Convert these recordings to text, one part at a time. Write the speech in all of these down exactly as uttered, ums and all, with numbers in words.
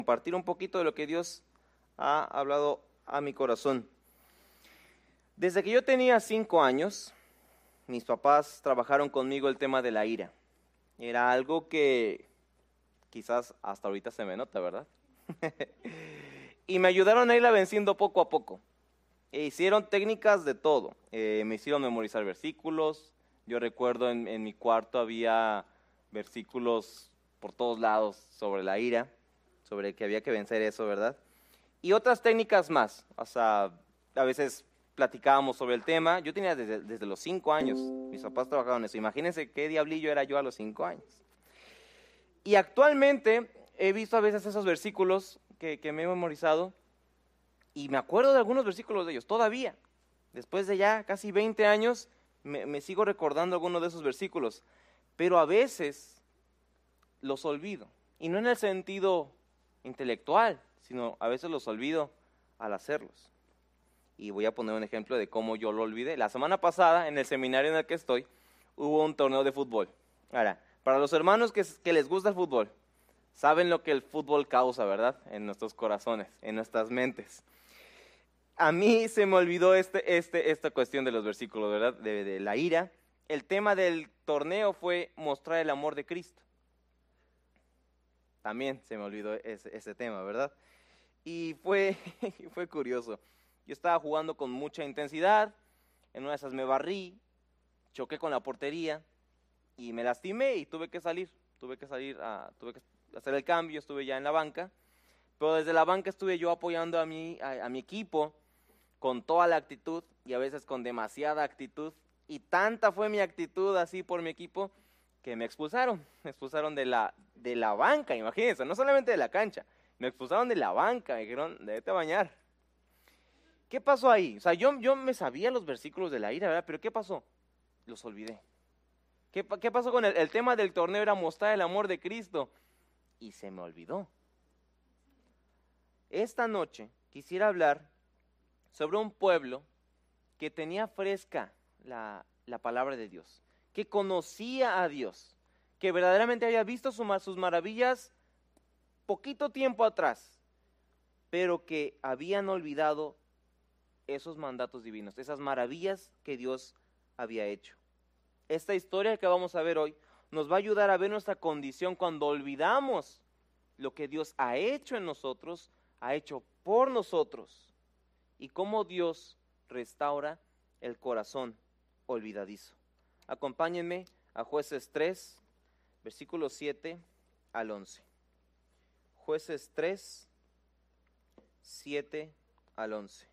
compartir un poquito de lo que Dios ha hablado a mi corazón. Desde que yo tenía cinco años, mis papás trabajaron conmigo el tema de la ira. Era algo que quizás hasta ahorita se me nota, ¿verdad? Y me ayudaron a irla venciendo poco a poco. E hicieron técnicas de todo. Eh, me hicieron memorizar versículos. Yo recuerdo en, en mi cuarto había versículos por todos lados sobre la ira, sobre que había que vencer eso, ¿verdad? Y otras técnicas más. O sea, a veces platicábamos sobre el tema. Yo tenía desde, desde los cinco años. Mis papás trabajaban en eso. Imagínense qué diablillo era yo a los cinco años. Y actualmente he visto a veces esos versículos que, que me he memorizado y me acuerdo de algunos versículos de ellos todavía. Después de ya casi veinte años me, me sigo recordando algunos de esos versículos, pero a veces los olvido. Y no en el sentido intelectual, sino a veces los olvido al hacerlos. Y voy a poner un ejemplo de cómo yo lo olvidé. La semana pasada, en el seminario en el que estoy, hubo un torneo de fútbol. Ahora, para los hermanos que, que les gusta el fútbol, saben lo que el fútbol causa, ¿verdad? En nuestros corazones, en nuestras mentes. A mí se me olvidó este, este, esta cuestión de los versículos, ¿verdad? De, de la ira. El tema del torneo fue mostrar el amor de Cristo. También se me olvidó ese, ese tema, ¿verdad? Y fue, fue curioso. Yo estaba jugando con mucha intensidad, en una de esas me barrí, choqué con la portería y me lastimé y tuve que salir. Tuve que salir, a, tuve que hacer el cambio, estuve ya en la banca. Pero desde la banca estuve yo apoyando a mi, a, a mi equipo con toda la actitud y a veces con demasiada actitud. Y tanta fue mi actitud así por mi equipo que me expulsaron. Me expulsaron de la, de la banca, imagínense, no solamente de la cancha. Me expulsaron de la banca, me dijeron, déjate bañar. ¿Qué pasó ahí? O sea, yo, yo me sabía los versículos de la ira, ¿verdad? Pero ¿qué pasó? Los olvidé. ¿Qué, qué pasó con el, el tema del torneo? Era mostrar el amor de Cristo. Y se me olvidó. Esta noche quisiera hablar sobre un pueblo que tenía fresca la, la palabra de Dios, que conocía a Dios, que verdaderamente había visto su, sus maravillas poquito tiempo atrás, pero que habían olvidado esos mandatos divinos, esas maravillas que Dios había hecho. Esta historia que vamos a ver hoy nos va a ayudar a ver nuestra condición cuando olvidamos lo que Dios ha hecho en nosotros, ha hecho por nosotros, y cómo Dios restaura el corazón olvidadizo. Acompáñenme a Jueces tres, versículos siete al once. Jueces tres, siete al once.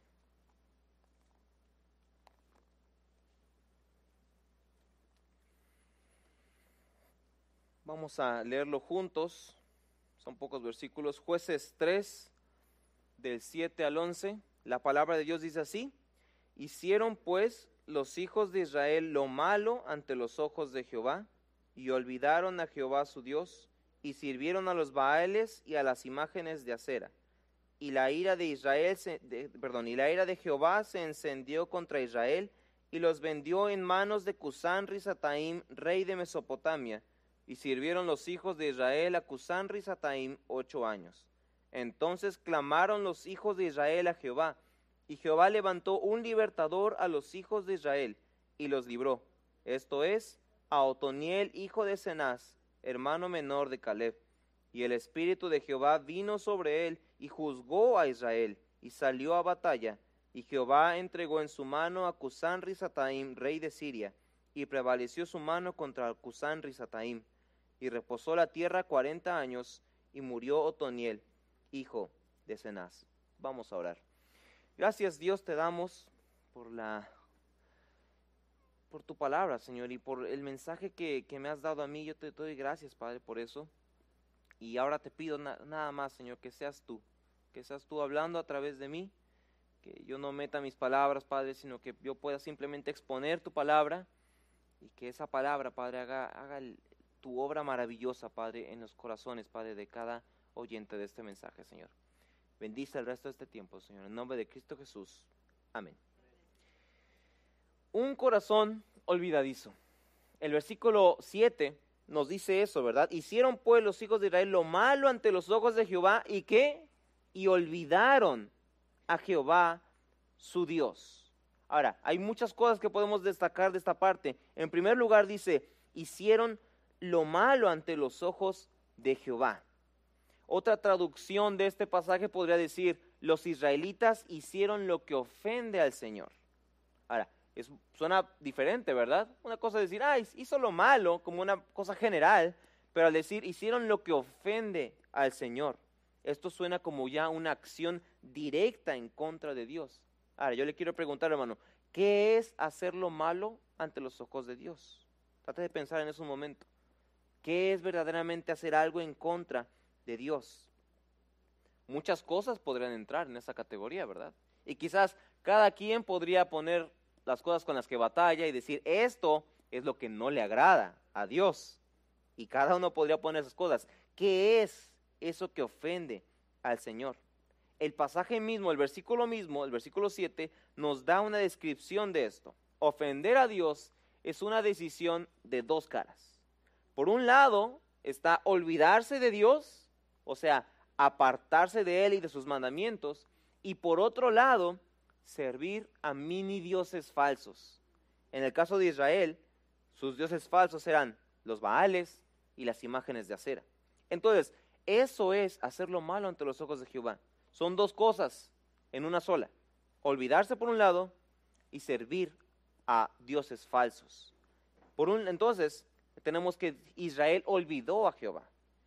Vamos a leerlo juntos, son pocos versículos. Jueces tres, del siete al once, la palabra de Dios dice así: hicieron pues los hijos de Israel lo malo ante los ojos de Jehová, y olvidaron a Jehová su Dios, y sirvieron a los Baales y a las imágenes de acera. Y la ira de Israel, se, de, perdón, y la ira de Jehová se encendió contra Israel, y los vendió en manos de Cusán-Risataim, rey de Mesopotamia, y sirvieron los hijos de Israel a Cusán-Risataim ocho años. Entonces clamaron los hijos de Israel a Jehová, y Jehová levantó un libertador a los hijos de Israel, y los libró. Esto es, a Otoniel, hijo de Cenaz, hermano menor de Caleb. Y el espíritu de Jehová vino sobre él, y juzgó a Israel, y salió a batalla. Y Jehová entregó en su mano a Cusán-Risataim, rey de Siria, y prevaleció su mano contra Cusán-Risataim. Y reposó la tierra cuarenta años, y murió Otoniel, hijo de Cenaz. Vamos a orar. Gracias, Dios, te damos por la por tu palabra, Señor, y por el mensaje que, que me has dado a mí. Yo te doy gracias, Padre, por eso. Y ahora te pido na, nada más, Señor, que seas tú, que seas tú hablando a través de mí, que yo no meta mis palabras, Padre, sino que yo pueda simplemente exponer tu palabra, y que esa palabra, Padre, haga, haga el, tu obra maravillosa, Padre, en los corazones, Padre, de cada oyente de este mensaje, Señor. Bendice el resto de este tiempo, Señor, en nombre de Cristo Jesús. Amén. Un corazón olvidadizo. El versículo siete nos dice eso, ¿verdad? Hicieron pues los hijos de Israel lo malo ante los ojos de Jehová, ¿y qué? Y olvidaron a Jehová su Dios. Ahora, hay muchas cosas que podemos destacar de esta parte. En primer lugar dice, hicieron lo malo ante los ojos de Jehová. Otra traducción de este pasaje podría decir, los israelitas hicieron lo que ofende al Señor. Ahora, es, suena diferente, ¿verdad? Una cosa es decir, ah, hizo lo malo, como una cosa general, pero al decir, hicieron lo que ofende al Señor, esto suena como ya una acción directa en contra de Dios. Ahora, yo le quiero preguntar, hermano, ¿qué es hacer lo malo ante los ojos de Dios? Trate de pensar en eso un momento. ¿Qué es verdaderamente hacer algo en contra de Dios? Muchas cosas podrían entrar en esa categoría, ¿verdad? Y quizás cada quien podría poner las cosas con las que batalla y decir, esto es lo que no le agrada a Dios. Y cada uno podría poner esas cosas. ¿Qué es eso que ofende al Señor? El pasaje mismo, el versículo mismo, el versículo siete, nos da una descripción de esto. Ofender a Dios es una decisión de dos caras. Por un lado está olvidarse de Dios, o sea, apartarse de Él y de sus mandamientos, y por otro lado, servir a mini dioses falsos. En el caso de Israel, sus dioses falsos eran los Baales y las imágenes de acera. Entonces, eso es hacer lo malo ante los ojos de Jehová. Son dos cosas en una sola. Olvidarse por un lado y servir a dioses falsos. Por un, entonces, tenemos que Israel olvidó a Jehová.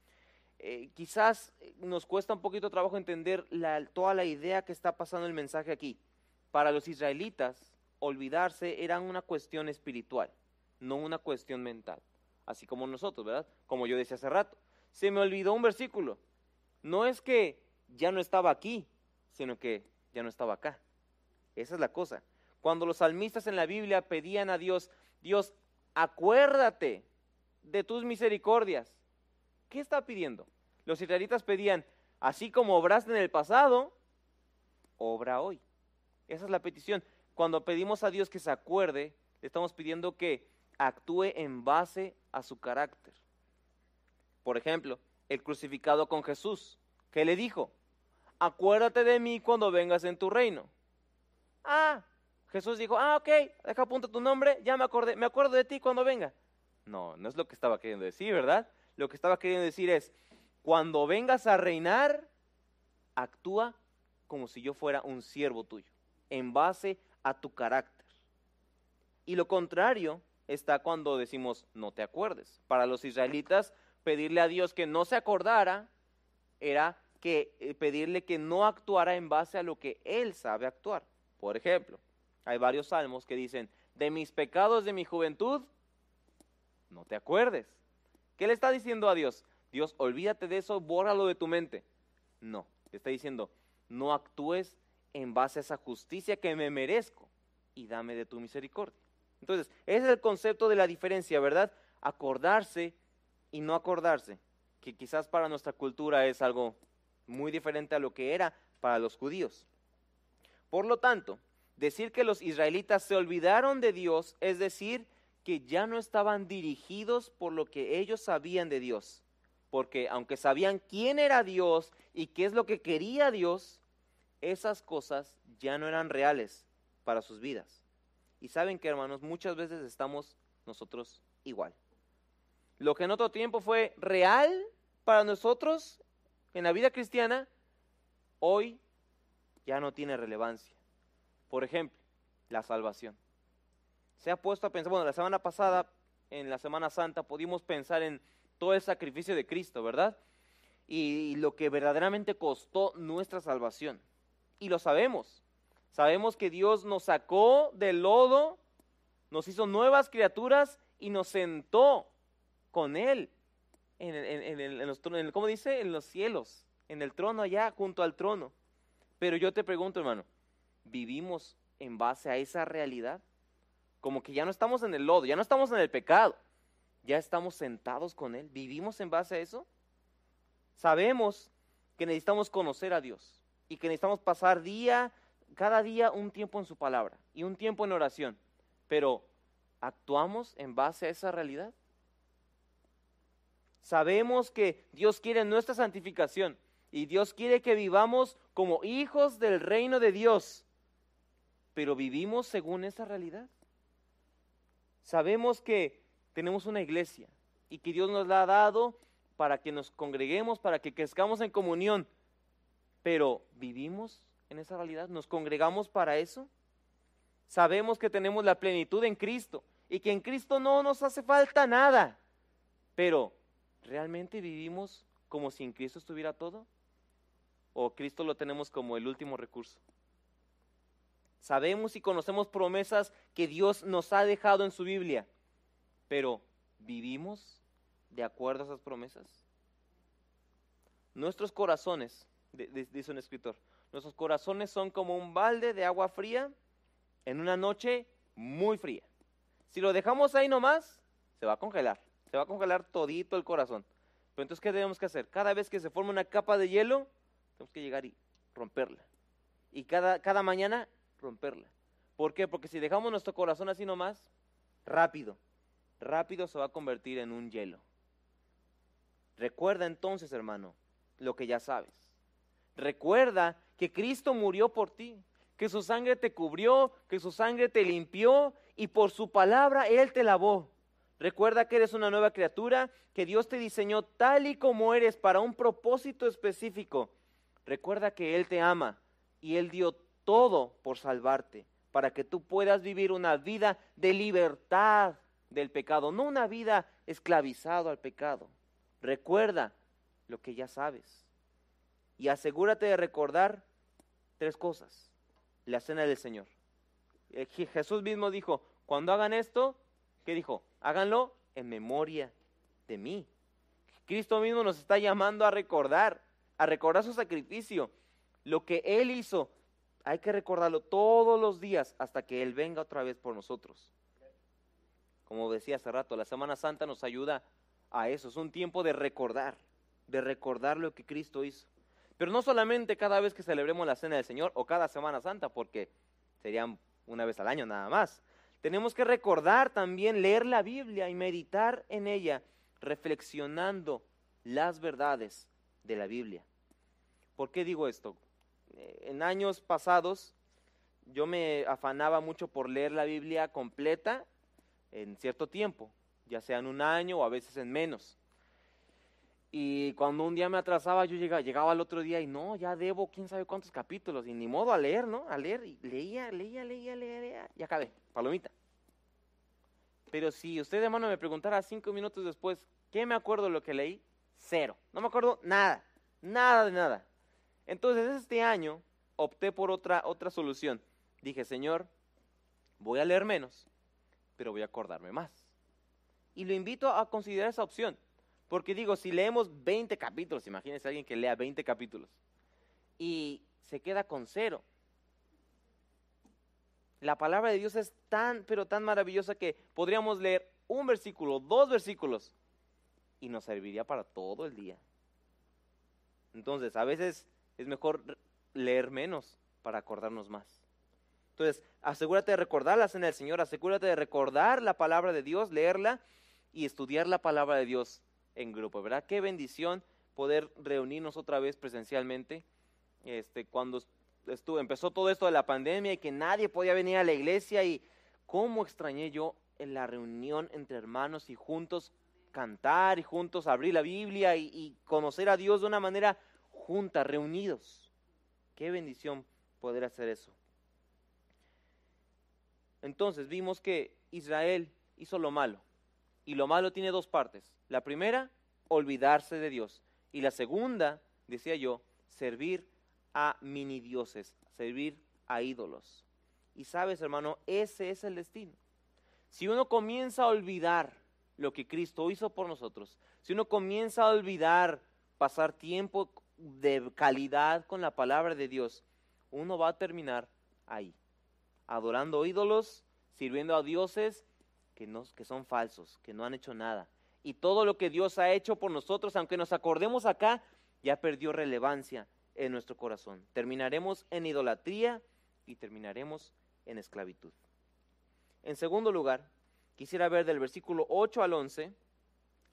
Eh, quizás nos cuesta un poquito de trabajo entender la, toda la idea que está pasando el mensaje aquí. Para los israelitas, olvidarse era una cuestión espiritual, no una cuestión mental. Así como nosotros, ¿verdad? Como yo decía hace rato. Se me olvidó un versículo. No es que ya no estaba aquí, sino que ya no estaba acá. Esa es la cosa. Cuando los salmistas en la Biblia pedían a Dios, Dios, acuérdate de tus misericordias. ¿Qué está pidiendo? Los israelitas pedían, así como obraste en el pasado, obra hoy. Esa es la petición. Cuando pedimos a Dios que se acuerde, le estamos pidiendo que actúe en base a su carácter. Por ejemplo, el crucificado con Jesús, ¿qué le dijo? Acuérdate de mí cuando vengas en tu reino. Ah, Jesús dijo, ah, ok, deja apunta tu nombre, ya me acordé, me acuerdo de ti cuando venga. No, no es lo que estaba queriendo decir, ¿verdad? Lo que estaba queriendo decir es, cuando vengas a reinar, actúa como si yo fuera un siervo tuyo, en base a tu carácter. Y lo contrario está cuando decimos, no te acuerdes. Para los israelitas, pedirle a Dios que no se acordara era que eh, pedirle que no actuara en base a lo que Él sabe actuar. Por ejemplo, hay varios salmos que dicen, de mis pecados de mi juventud, no te acuerdes. ¿Qué le está diciendo a Dios? Dios, olvídate de eso, bórralo de tu mente. No, le está diciendo, no actúes en base a esa justicia que me merezco y dame de tu misericordia. Entonces, ese es el concepto de la diferencia, ¿verdad? Acordarse y no acordarse, que quizás para nuestra cultura es algo muy diferente a lo que era para los judíos. Por lo tanto, decir que los israelitas se olvidaron de Dios es decir que ya no estaban dirigidos por lo que ellos sabían de Dios, porque aunque sabían quién era Dios y qué es lo que quería Dios, esas cosas ya no eran reales para sus vidas. Y saben que, hermanos, muchas veces estamos nosotros igual. Lo que en otro tiempo fue real para nosotros en la vida cristiana, hoy ya no tiene relevancia. Por ejemplo, la salvación. Se ha puesto a pensar, bueno, la semana pasada, en la Semana Santa, pudimos pensar en todo el sacrificio de Cristo, ¿verdad? Y, y lo que verdaderamente costó nuestra salvación. Y lo sabemos. Sabemos que Dios nos sacó del lodo, nos hizo nuevas criaturas y nos sentó con Él, en, en, en, en, en los, en, ¿cómo dice? En los cielos, en el trono allá, junto al trono. Pero yo te pregunto, hermano, ¿vivimos en base a esa realidad? Como que ya no estamos en el lodo, ya no estamos en el pecado, ya estamos sentados con Él. ¿Vivimos en base a eso? Sabemos que necesitamos conocer a Dios y que necesitamos pasar día, cada día un tiempo en su palabra y un tiempo en oración. Pero, ¿actuamos en base a esa realidad? Sabemos que Dios quiere nuestra santificación y Dios quiere que vivamos como hijos del reino de Dios, pero ¿vivimos según esa realidad? Sabemos que tenemos una iglesia y que Dios nos la ha dado para que nos congreguemos, para que crezcamos en comunión, pero ¿vivimos en esa realidad? ¿Nos congregamos para eso? Sabemos que tenemos la plenitud en Cristo y que en Cristo no nos hace falta nada, pero ¿realmente vivimos como si en Cristo estuviera todo? ¿O Cristo lo tenemos como el último recurso? Sabemos y conocemos promesas que Dios nos ha dejado en su Biblia, pero ¿vivimos de acuerdo a esas promesas? Nuestros corazones, dice un escritor, nuestros corazones son como un balde de agua fría en una noche muy fría. Si lo dejamos ahí nomás, se va a congelar, se va a congelar todito el corazón. Pero entonces, ¿qué tenemos que hacer? Cada vez que se forma una capa de hielo, tenemos que llegar y romperla. Y cada, cada mañana romperla. ¿Por qué? Porque si dejamos nuestro corazón así nomás, rápido, rápido se va a convertir en un hielo. Recuerda entonces, hermano, lo que ya sabes. Recuerda que Cristo murió por ti, que su sangre te cubrió, que su sangre te limpió y por su palabra Él te lavó. Recuerda que eres una nueva criatura, que Dios te diseñó tal y como eres para un propósito específico. Recuerda que Él te ama y Él dio todo por salvarte, para que tú puedas vivir una vida de libertad del pecado, no una vida esclavizado al pecado. Recuerda lo que ya sabes y asegúrate de recordar tres cosas. La cena del Señor. Jesús mismo dijo, cuando hagan esto, ¿qué dijo? Háganlo en memoria de mí. Cristo mismo nos está llamando a recordar, a recordar su sacrificio, lo que Él hizo. Hay que recordarlo todos los días hasta que Él venga otra vez por nosotros. Como decía hace rato, la Semana Santa nos ayuda a eso. Es un tiempo de recordar, de recordar lo que Cristo hizo. Pero no solamente cada vez que celebremos la Cena del Señor o cada Semana Santa, porque serían una vez al año nada más. Tenemos que recordar también leer la Biblia y meditar en ella, reflexionando las verdades de la Biblia. ¿Por qué digo esto? En años pasados yo me afanaba mucho por leer la Biblia completa en cierto tiempo, ya sea en un año o a veces en menos. Y cuando un día me atrasaba, yo llegaba, llegaba al otro día y no, ya debo quién sabe cuántos capítulos, y ni modo a leer, ¿no? A leer, y leía, leía, leía, leía, leía, y acabé, palomita. Pero si usted, hermano, me preguntara cinco minutos después, ¿qué me acuerdo de lo que leí? Cero, no me acuerdo nada, nada de nada. Entonces este año opté por otra, otra solución. Dije, Señor, voy a leer menos, pero voy a acordarme más. Y lo invito a considerar esa opción. Porque digo, si leemos veinte capítulos, imagínense a alguien que lea veinte capítulos y se queda con cero. La palabra de Dios es tan, pero tan maravillosa que podríamos leer un versículo, dos versículos y nos serviría para todo el día. Entonces, a veces es mejor leer menos para acordarnos más. Entonces, asegúrate de recordar la cena del Señor, asegúrate de recordar la palabra de Dios, leerla y estudiar la palabra de Dios en grupo, ¿verdad? Qué bendición poder reunirnos otra vez presencialmente. Este, cuando estuvo, empezó todo esto de la pandemia y que nadie podía venir a la iglesia, y cómo extrañé yo en la reunión entre hermanos y juntos cantar y juntos abrir la Biblia y, y conocer a Dios de una manera junta, reunidos. Qué bendición poder hacer eso. Entonces vimos que Israel hizo lo malo, y lo malo tiene dos partes. La primera, olvidarse de Dios, y la segunda, decía yo, servir a mini dioses, servir a ídolos. Y sabes, hermano, ese es el destino. Si uno comienza a olvidar lo que Cristo hizo por nosotros, si uno comienza a olvidar pasar tiempo de calidad con la palabra de Dios, uno va a terminar ahí, adorando ídolos, sirviendo a dioses que, no, que son falsos, que no han hecho nada. Y todo lo que Dios ha hecho por nosotros, aunque nos acordemos acá, ya perdió relevancia en nuestro corazón. Terminaremos en idolatría y terminaremos en esclavitud. En segundo lugar, quisiera ver del versículo ocho al once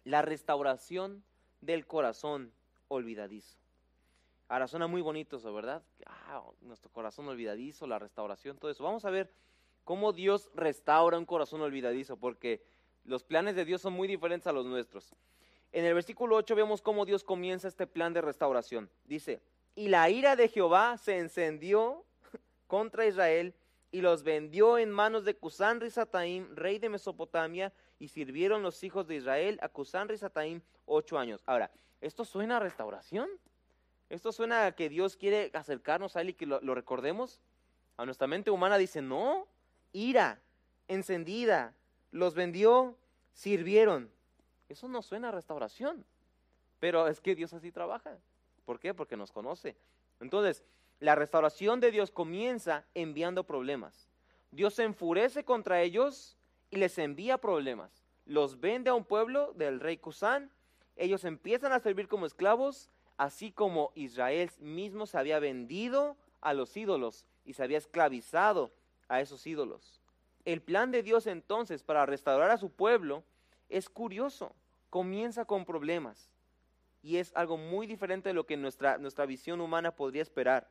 la restauración del corazón olvidadizo. Ahora suena muy bonito eso, ¿verdad? Ah, nuestro corazón olvidadizo, la restauración, todo eso. Vamos a ver cómo Dios restaura un corazón olvidadizo, porque los planes de Dios son muy diferentes a los nuestros. En el versículo ocho vemos cómo Dios comienza este plan de restauración. Dice, y la ira de Jehová se encendió contra Israel y los vendió en manos de Cusán Risataim, rey de Mesopotamia, y sirvieron los hijos de Israel a Cusán Risataim ocho años. Ahora, ¿esto suena a restauración? ¿Esto suena a que Dios quiere acercarnos a Él y que lo, lo recordemos? A nuestra mente humana dice, no, ira encendida, los vendió, sirvieron. Eso no suena a restauración, pero es que Dios así trabaja. ¿Por qué? Porque nos conoce. Entonces, la restauración de Dios comienza enviando problemas. Dios se enfurece contra ellos y les envía problemas. Los vende a un pueblo del rey Cusán, ellos empiezan a servir como esclavos, así como Israel mismo se había vendido a los ídolos y se había esclavizado a esos ídolos. El plan de Dios entonces para restaurar a su pueblo es curioso, comienza con problemas y es algo muy diferente de lo que nuestra, nuestra visión humana podría esperar.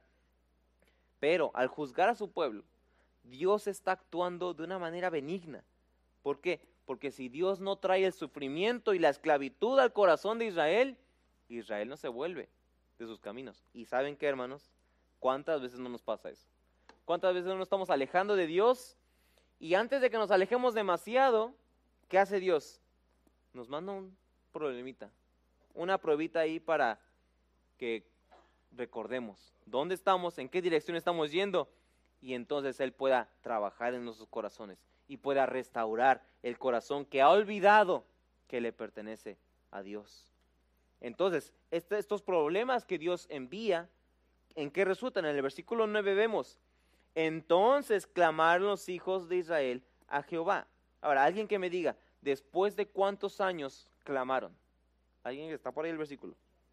Pero al juzgar a su pueblo, Dios está actuando de una manera benigna. ¿Por qué? Porque si Dios no trae el sufrimiento y la esclavitud al corazón de Israel, Israel no se vuelve de sus caminos. ¿Y saben qué, hermanos? ¿Cuántas veces no nos pasa eso? ¿Cuántas veces no nos estamos alejando de Dios? Y antes de que nos alejemos demasiado, ¿qué hace Dios? Nos manda un problemita, una pruebita ahí para que recordemos dónde estamos, en qué dirección estamos yendo, y entonces Él pueda trabajar en nuestros corazones y pueda restaurar el corazón que ha olvidado que le pertenece a Dios. Entonces, este, estos problemas que Dios envía, ¿en qué resultan? En el versículo nueve vemos, entonces clamaron los hijos de Israel a Jehová. Ahora, alguien que me diga, ¿después de cuántos años clamaron? ¿Alguien que está por ahí el versículo?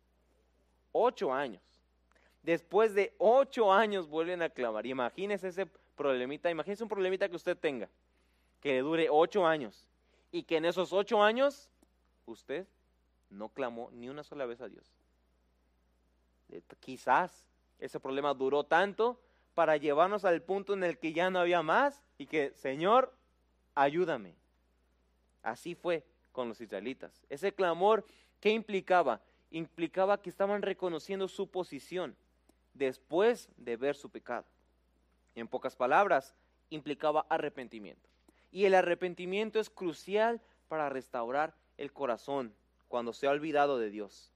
Ocho años. Después de ocho años vuelven a clamar. Imagínese ese problemita, imagínese un problemita que usted tenga, que le dure ocho años, y que en esos ocho años, usted no clamó ni una sola vez a Dios. Quizás ese problema duró tanto para llevarnos al punto en el que ya no había más y que, Señor, ayúdame. Así fue con los israelitas. Ese clamor, ¿qué implicaba? Implicaba que estaban reconociendo su posición después de ver su pecado. En pocas palabras, implicaba arrepentimiento. Y el arrepentimiento es crucial para restaurar el corazón cuando se ha olvidado de Dios.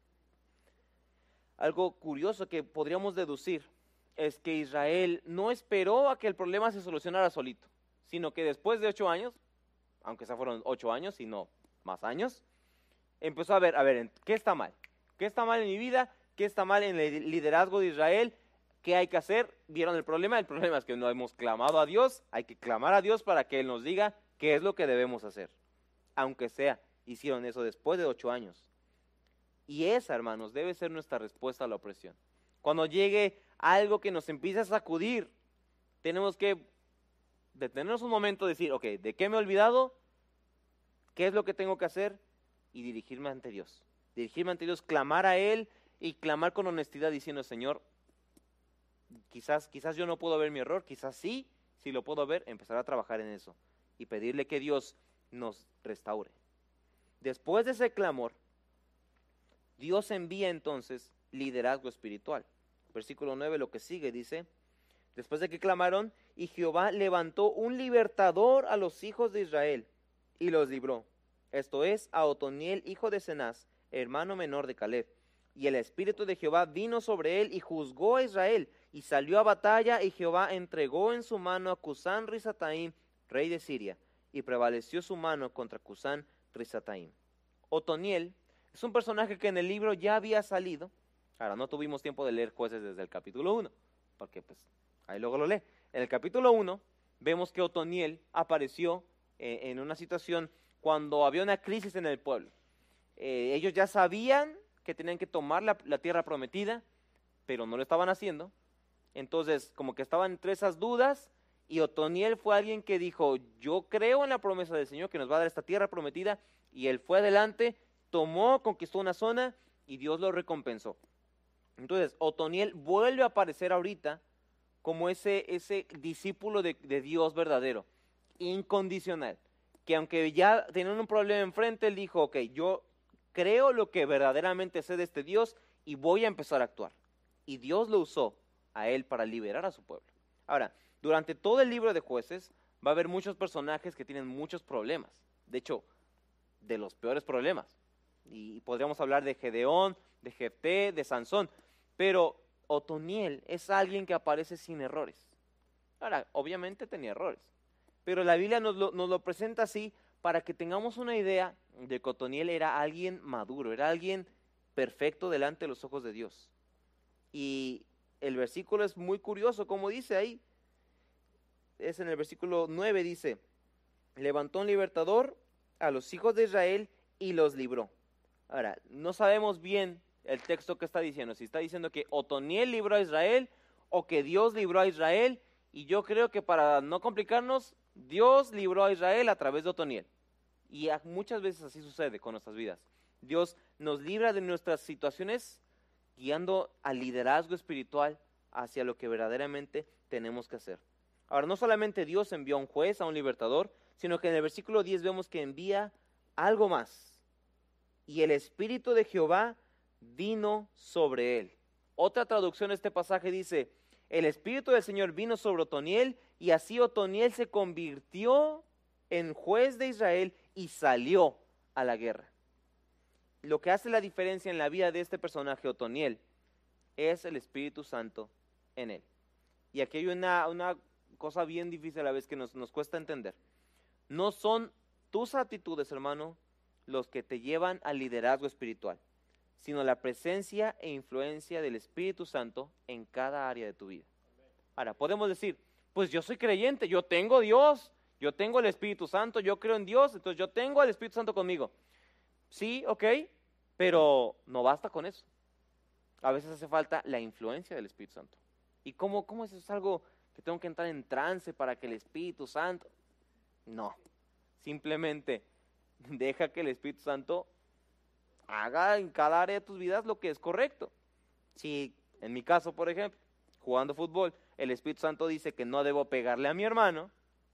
Algo curioso que podríamos deducir es que Israel no esperó a que el problema se solucionara solito, sino que después de ocho años, aunque se fueron ocho años y no más años, empezó a ver, a ver, ¿qué está mal? ¿Qué está mal en mi vida? ¿Qué está mal en el liderazgo de Israel? ¿Qué hay que hacer? ¿Vieron el problema? El problema es que no hemos clamado a Dios, hay que clamar a Dios para que Él nos diga qué es lo que debemos hacer, aunque sea. Hicieron eso después de ocho años. Y esa, hermanos, debe ser nuestra respuesta a la opresión. Cuando llegue algo que nos empiece a sacudir, tenemos que detenernos un momento y decir, ok, ¿de qué me he olvidado? ¿Qué es lo que tengo que hacer? Y dirigirme ante Dios. Dirigirme ante Dios, clamar a Él y clamar con honestidad diciendo, Señor, quizás, quizás yo no puedo ver mi error, quizás sí, si lo puedo ver, empezar a trabajar en eso y pedirle que Dios nos restaure. Después de ese clamor, Dios envía entonces liderazgo espiritual. Versículo nueve, lo que sigue, dice, después de que clamaron, y Jehová levantó un libertador a los hijos de Israel y los libró. Esto es, a Otoniel, hijo de Cenaz, hermano menor de Caleb. Y el espíritu de Jehová vino sobre él y juzgó a Israel, y salió a batalla, y Jehová entregó en su mano a Cusán Risataim, rey de Siria, y prevaleció su mano contra Cusán Risataim. Otoniel es un personaje que en el libro ya había salido. Ahora, no tuvimos tiempo de leer Jueces desde el capítulo uno, porque pues ahí luego lo lee. En el capítulo uno vemos que Otoniel apareció eh, en una situación cuando había una crisis en el pueblo. Eh, ellos ya sabían que tenían que tomar la, la tierra prometida, pero no lo estaban haciendo. Entonces, como que estaban entre esas dudas, y Otoniel fue alguien que dijo, yo creo en la promesa del Señor que nos va a dar esta tierra prometida, Y él fue adelante, tomó, conquistó una zona y Dios lo recompensó. Entonces, Otoniel vuelve a aparecer ahorita como ese, ese discípulo de, de Dios verdadero, incondicional, que aunque ya tenían un problema enfrente, él dijo, ok, yo creo lo que verdaderamente sé de este Dios y voy a empezar a actuar. Y Dios lo usó a él para liberar a su pueblo. Ahora, durante todo el libro de Jueces va a haber muchos personajes que tienen muchos problemas. De hecho, de los peores problemas. Y podríamos hablar de Gedeón, de Jefté, de Sansón. Pero Otoniel es alguien que aparece sin errores. Ahora, obviamente tenía errores. Pero la Biblia nos lo, nos lo presenta así para que tengamos una idea de que Otoniel era alguien maduro, era alguien perfecto delante de los ojos de Dios. Y el versículo es muy curioso, como dice ahí. Es en el versículo nueve, dice, levantó un libertador a los hijos de Israel y los libró. Ahora, no sabemos bien el texto que está diciendo, si está diciendo que Otoniel libró a Israel o que Dios libró a Israel, y yo creo que para no complicarnos, Dios libró a Israel a través de Otoniel. Y muchas veces así sucede con nuestras vidas. Dios nos libra de nuestras situaciones guiando al liderazgo espiritual hacia lo que verdaderamente tenemos que hacer. Ahora, no solamente Dios envió a un juez, a un libertador, sino que en el versículo diez vemos que envía algo más. Y el Espíritu de Jehová vino sobre él. Otra traducción de este pasaje dice, el Espíritu del Señor vino sobre Otoniel, y así Otoniel se convirtió en juez de Israel y salió a la guerra. Lo que hace la diferencia en la vida de este personaje, Otoniel, es el Espíritu Santo en él. Y aquí hay una, una cosa bien difícil a la vez que nos, nos cuesta entender. No son tus actitudes, hermano, los que te llevan al liderazgo espiritual, sino la presencia e influencia del Espíritu Santo en cada área de tu vida. Ahora, podemos decir, pues yo soy creyente, yo tengo Dios, yo tengo el Espíritu Santo, yo creo en Dios, entonces yo tengo al Espíritu Santo conmigo. Sí, ok, pero no basta con eso. A veces hace falta la influencia del Espíritu Santo. ¿Y cómo, cómo es eso? ¿Es algo que tengo que entrar en trance para que el Espíritu Santo? No, simplemente deja que el Espíritu Santo haga en cada área de tus vidas lo que es correcto. Si en mi caso, por ejemplo, jugando fútbol, el Espíritu Santo dice que no debo pegarle a mi hermano,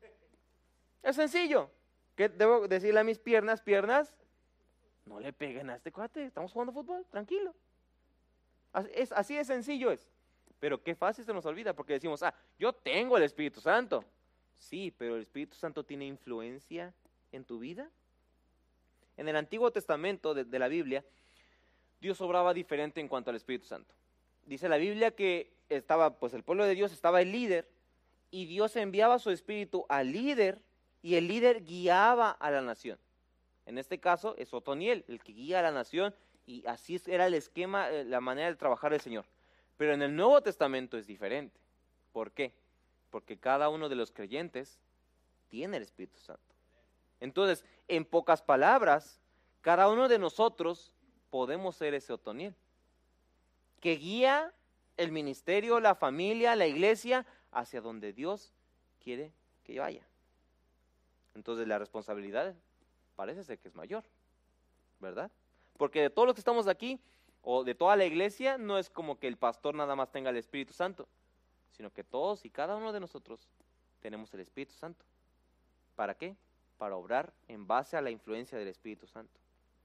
es sencillo. ¿Qué debo decirle a mis piernas? Piernas, no le peguen a este cuate, estamos jugando fútbol, tranquilo. Así es, así de sencillo es. Pero qué fácil se nos olvida porque decimos, ah, yo tengo el Espíritu Santo. Sí, pero el Espíritu Santo tiene influencia en tu vida. En el Antiguo Testamento de, de la Biblia, Dios obraba diferente en cuanto al Espíritu Santo. Dice la Biblia que estaba, pues el pueblo de Dios estaba el líder, y Dios enviaba su Espíritu al líder, y el líder guiaba a la nación. En este caso es Otoniel, el que guía a la nación, y así era el esquema, la manera de trabajar del Señor. Pero en el Nuevo Testamento es diferente. ¿Por qué? Porque cada uno de los creyentes tiene el Espíritu Santo. Entonces, en pocas palabras, cada uno de nosotros podemos ser ese Otoniel, que guía el ministerio, la familia, la iglesia, hacia donde Dios quiere que vaya. Entonces la responsabilidad parece ser que es mayor, ¿verdad? Porque de todos los que estamos aquí, o de toda la iglesia, no es como que el pastor nada más tenga el Espíritu Santo, sino que todos y cada uno de nosotros tenemos el Espíritu Santo. ¿Para qué? Para obrar en base a la influencia del Espíritu Santo.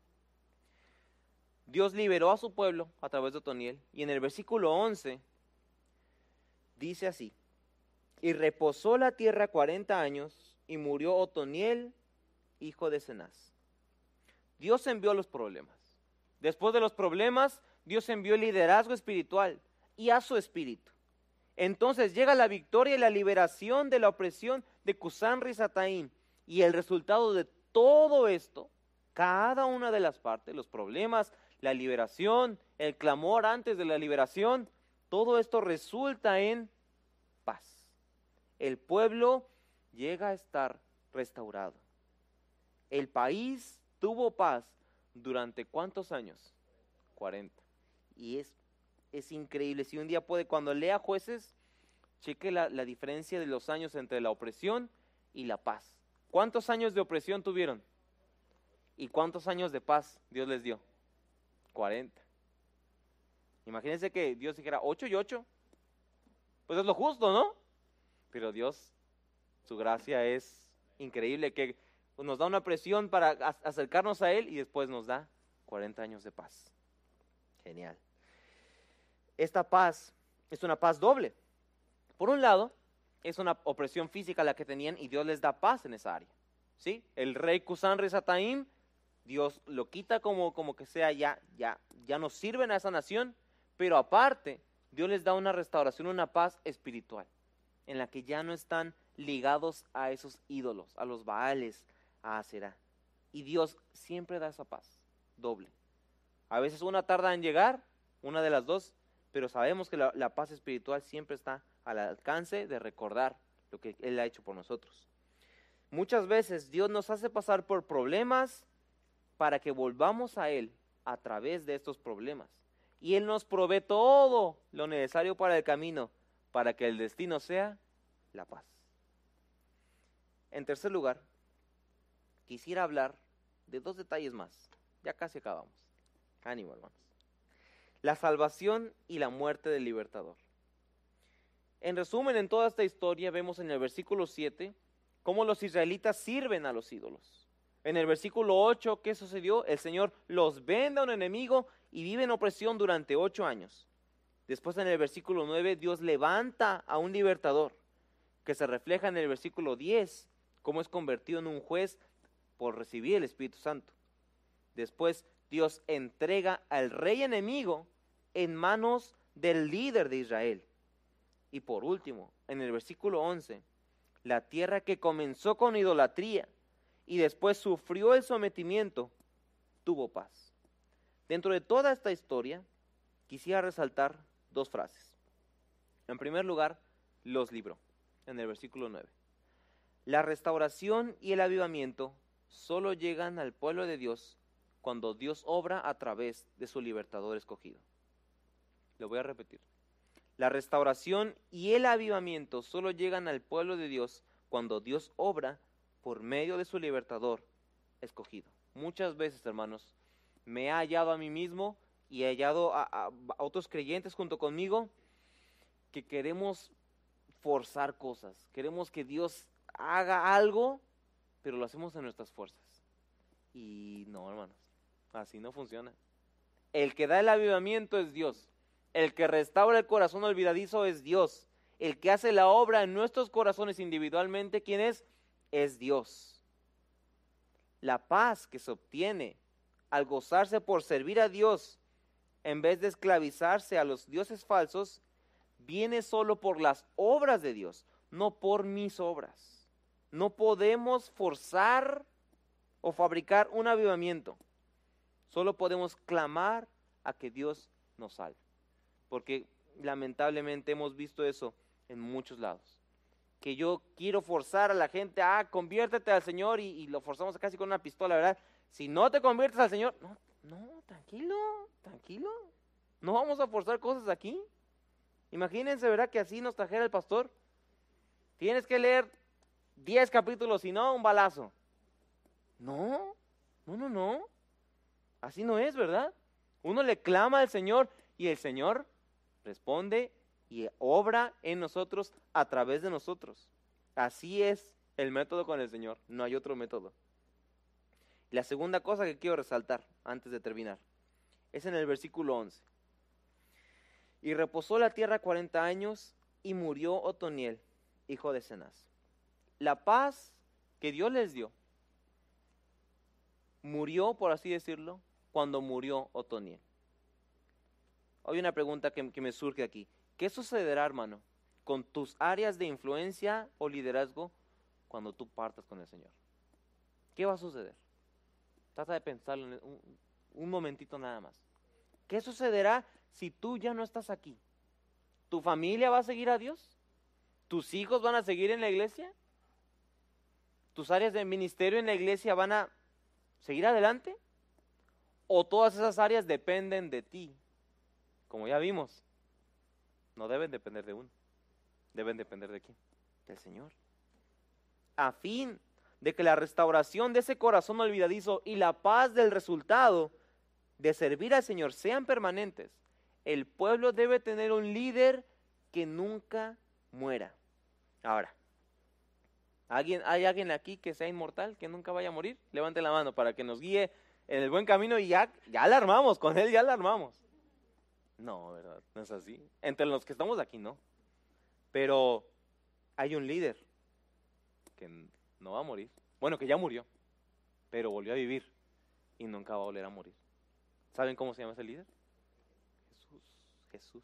Dios liberó a su pueblo a través de Otoniel, y en el versículo once dice así: y reposó la tierra cuarenta años, y murió Otoniel, hijo de Cenaz. Dios envió los problemas. Después de los problemas, Dios envió el liderazgo espiritual y a su espíritu. Entonces llega la victoria y la liberación de la opresión de Cusán Risataim. Y el resultado de todo esto, cada una de las partes, los problemas, la liberación, el clamor antes de la liberación, todo esto resulta en paz. El pueblo llega a estar restaurado. El país tuvo paz durante ¿cuántos años? cuarenta. Y es, es increíble. Si un día puede, cuando lea Jueces, cheque la, la diferencia de los años entre la opresión y la paz. ¿Cuántos años de opresión tuvieron? ¿Y cuántos años de paz Dios les dio? cuarenta. Imagínense que Dios dijera ocho y ocho. Pues es lo justo, ¿no? Pero Dios, su gracia es increíble, que nos da una presión para acercarnos a Él y después nos da cuarenta años de paz. Genial. Esta paz es una paz doble. Por un lado, es una opresión física la que tenían y Dios les da paz en esa área. ¿Sí? El rey Cusán Risataim, Dios lo quita como, como que sea, ya, ya, ya no sirven a esa nación, pero aparte, Dios les da una restauración, una paz espiritual, en la que ya no están ligados a esos ídolos, a los Baales, a Aserá. Y Dios siempre da esa paz, doble. A veces una tarda en llegar, una de las dos, pero sabemos que la, la paz espiritual siempre está al alcance de recordar lo que Él ha hecho por nosotros. Muchas veces Dios nos hace pasar por problemas para que volvamos a Él a través de estos problemas. Y Él nos provee todo lo necesario para el camino, para que el destino sea la paz. En tercer lugar, quisiera hablar de dos detalles más. Ya casi acabamos. Ánimo, hermanos. La salvación y la muerte del libertador. En resumen, en toda esta historia vemos en el versículo siete cómo los israelitas sirven a los ídolos. En el versículo ocho, ¿qué sucedió? El Señor los vende a un enemigo y vive en opresión durante ocho años. Después en el versículo nueve, Dios levanta a un libertador, que se refleja en el versículo diez, cómo es convertido en un juez por recibir el Espíritu Santo. Después Dios entrega al rey enemigo en manos del líder de Israel. Y por último, en el versículo once, la tierra que comenzó con idolatría y después sufrió el sometimiento, tuvo paz. Dentro de toda esta historia, quisiera resaltar dos frases. En primer lugar, los libró, en el versículo nueve. La restauración y el avivamiento solo llegan al pueblo de Dios cuando Dios obra a través de su libertador escogido. Lo voy a repetir. La restauración y el avivamiento solo llegan al pueblo de Dios cuando Dios obra por medio de su libertador escogido. Muchas veces, hermanos, me he hallado a mí mismo y he hallado a, a, a otros creyentes junto conmigo que queremos forzar cosas, queremos que Dios haga algo, pero lo hacemos en nuestras fuerzas. Y no, hermanos, así no funciona. El que da el avivamiento es Dios. El que restaura el corazón olvidadizo es Dios. El que hace la obra en nuestros corazones individualmente, ¿quién es? Es Dios. La paz que se obtiene al gozarse por servir a Dios en vez de esclavizarse a los dioses falsos, viene solo por las obras de Dios, no por mis obras. No podemos forzar o fabricar un avivamiento. Solo podemos clamar a que Dios nos salve. Porque lamentablemente hemos visto eso en muchos lados. Que yo quiero forzar a la gente, ah, conviértete al Señor, y, y lo forzamos casi con una pistola, ¿verdad? Si no te conviertes al Señor, no, no, tranquilo, tranquilo. No vamos a forzar cosas aquí. Imagínense, ¿verdad? Que así nos trajera el pastor. Tienes que leer diez capítulos, si no, un balazo. No, no, no, no. Así no es, ¿verdad? Uno le clama al Señor y el Señor responde y obra en nosotros a través de nosotros. Así es el método con el Señor, no hay otro método. La segunda cosa que quiero resaltar antes de terminar es en el versículo once. Y reposó la tierra cuarenta años y murió Otoniel, hijo de Cenaz. La paz que Dios les dio murió, por así decirlo, cuando murió Otoniel. Hay una pregunta que, que me surge aquí. ¿Qué sucederá, hermano, con tus áreas de influencia o liderazgo cuando tú partas con el Señor? ¿Qué va a suceder? Trata de pensarlo un, un momentito nada más. ¿Qué sucederá si tú ya no estás aquí? ¿Tu familia va a seguir a Dios? ¿Tus hijos van a seguir en la iglesia? ¿Tus áreas de ministerio en la iglesia van a seguir adelante? ¿O todas esas áreas dependen de ti? Como ya vimos, no deben depender de uno, deben depender de quién, del Señor. A fin de que la restauración de ese corazón olvidadizo y la paz del resultado de servir al Señor sean permanentes, el pueblo debe tener un líder que nunca muera. Ahora, ¿alguien, ¿hay alguien aquí que sea inmortal, que nunca vaya a morir? Levante la mano para que nos guíe en el buen camino y ya, ya la armamos, con él ya la armamos. No, ¿verdad? No es así. Entre los que estamos aquí, no. Pero hay un líder que no va a morir. Bueno, que ya murió, pero volvió a vivir y nunca va a volver a morir. ¿Saben cómo se llama ese líder? Jesús, Jesús.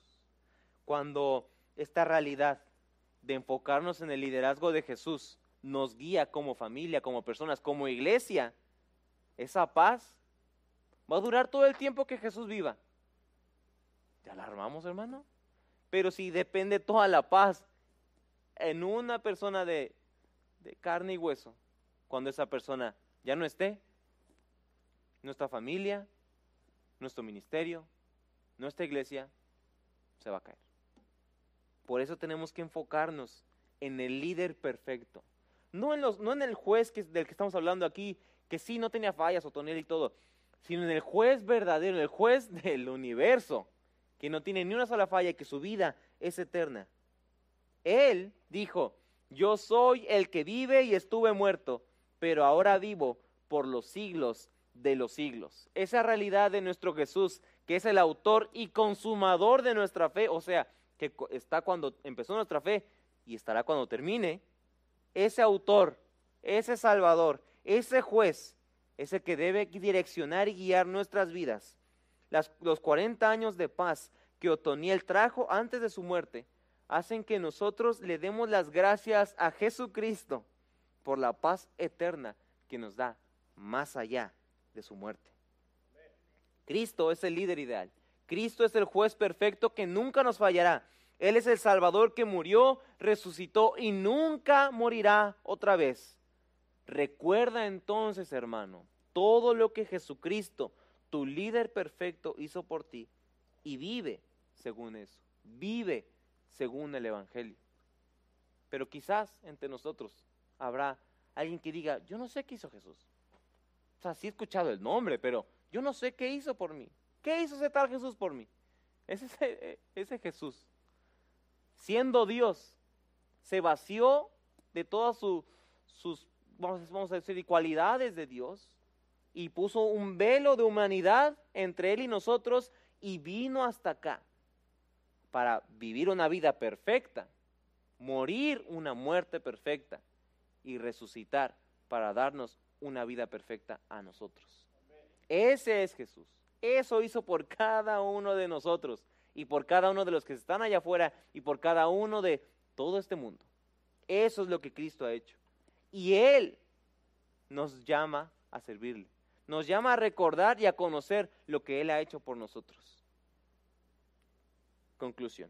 Cuando esta realidad de enfocarnos en el liderazgo de Jesús nos guía como familia, como personas, como iglesia, esa paz va a durar todo el tiempo que Jesús viva. ¿Ya la armamos, hermano? Pero si depende toda la paz en una persona de, de carne y hueso, cuando esa persona ya no esté, nuestra familia, nuestro ministerio, nuestra iglesia, se va a caer. Por eso tenemos que enfocarnos en el líder perfecto. No en, los, no en el juez que, del que estamos hablando aquí, que sí no tenía fallas, Otoniel y todo, sino en el juez verdadero, en el juez del universo, que no tiene ni una sola falla y que su vida es eterna. Él dijo, yo soy el que vive y estuve muerto, pero ahora vivo por los siglos de los siglos. Esa realidad de nuestro Jesús, que es el autor y consumador de nuestra fe, o sea, que está cuando empezó nuestra fe y estará cuando termine, ese autor, ese salvador, ese juez, es el que debe direccionar y guiar nuestras vidas. Las, los cuarenta años de paz que Otoniel trajo antes de su muerte hacen que nosotros le demos las gracias a Jesucristo por la paz eterna que nos da más allá de su muerte. Cristo es el líder ideal. Cristo es el juez perfecto que nunca nos fallará. Él es el Salvador que murió, resucitó y nunca morirá otra vez. Recuerda entonces, hermano, todo lo que Jesucristo, tu líder perfecto, hizo por ti y vive según eso. Vive según el Evangelio. Pero quizás entre nosotros habrá alguien que diga, yo no sé qué hizo Jesús. O sea, sí he escuchado el nombre, pero yo no sé qué hizo por mí. ¿Qué hizo ese tal Jesús por mí? Ese, ese, ese Jesús, siendo Dios, se vació de todas su, sus, vamos, vamos a decir, cualidades de Dios y puso un velo de humanidad entre Él y nosotros y vino hasta acá para vivir una vida perfecta, morir una muerte perfecta y resucitar para darnos una vida perfecta a nosotros. Ese es Jesús. Eso hizo por cada uno de nosotros y por cada uno de los que están allá afuera y por cada uno de todo este mundo. Eso es lo que Cristo ha hecho. Y Él nos llama a servirle. Nos llama a recordar y a conocer lo que Él ha hecho por nosotros. Conclusión.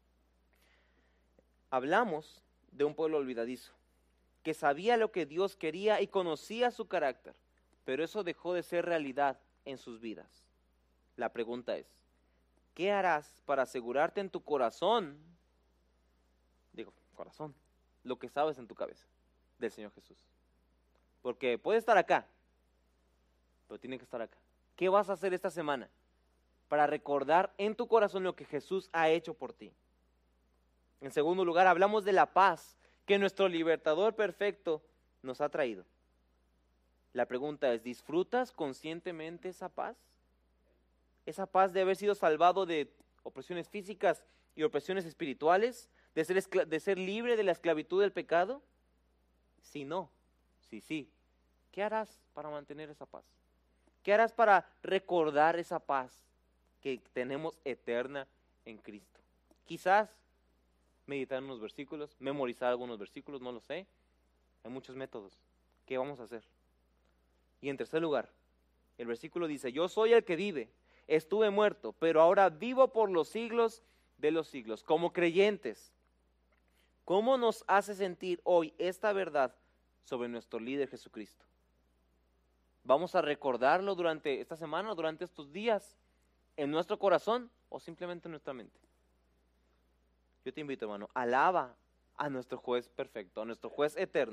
Hablamos de un pueblo olvidadizo, que sabía lo que Dios quería y conocía su carácter, pero eso dejó de ser realidad en sus vidas. La pregunta es, ¿qué harás para asegurarte en tu corazón, digo, corazón, lo que sabes en tu cabeza del Señor Jesús? Porque puede estar acá, pero tiene que estar acá. ¿Qué vas a hacer esta semana para recordar en tu corazón lo que Jesús ha hecho por ti? En segundo lugar, hablamos de la paz que nuestro libertador perfecto nos ha traído. La pregunta es, ¿disfrutas conscientemente esa paz? Esa paz de haber sido salvado de opresiones físicas y opresiones espirituales, de ser, escla- de ser libre de la esclavitud del pecado. Si no, si sí, ¿qué harás para mantener esa paz? ¿Qué harás para recordar esa paz que tenemos eterna en Cristo? Quizás meditar unos versículos, memorizar algunos versículos, no lo sé. Hay muchos métodos. ¿Qué vamos a hacer? Y en tercer lugar, el versículo dice, yo soy el que vive, estuve muerto, pero ahora vivo por los siglos de los siglos. Como creyentes, ¿cómo nos hace sentir hoy esta verdad sobre nuestro líder Jesucristo? ¿Vamos a recordarlo durante esta semana, durante estos días, en nuestro corazón o simplemente en nuestra mente? Yo te invito, hermano, alaba a nuestro juez perfecto, a nuestro juez eterno,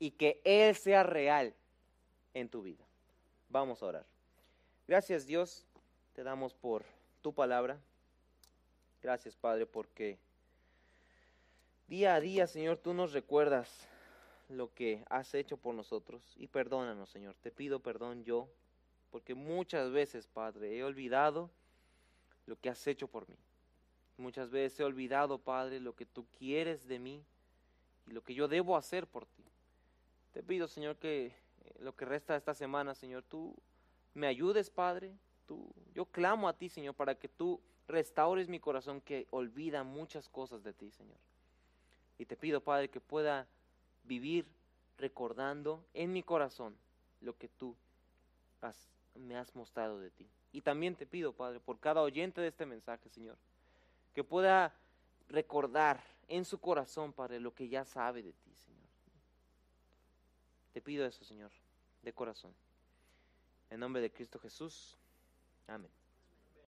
y que Él sea real en tu vida. Vamos a orar. Gracias, Dios, te damos por tu palabra. Gracias, Padre, porque día a día, Señor, tú nos recuerdas lo que has hecho por nosotros, y perdónanos, Señor. Te pido perdón yo, porque muchas veces, Padre, he olvidado lo que has hecho por mí. Muchas veces he olvidado, Padre, lo que tú quieres de mí y lo que yo debo hacer por ti. Te pido, Señor, que eh, lo que resta de esta semana, Señor, tú me ayudes, Padre. Tú, yo clamo a ti, Señor, para que tú restaures mi corazón que olvida muchas cosas de ti, Señor. Y te pido, Padre, que pueda vivir recordando en mi corazón lo que tú has, me has mostrado de ti. Y también te pido, Padre, por cada oyente de este mensaje, Señor, que pueda recordar en su corazón, Padre, lo que ya sabe de ti, Señor. Te pido eso, Señor, de corazón. En nombre de Cristo Jesús. Amén.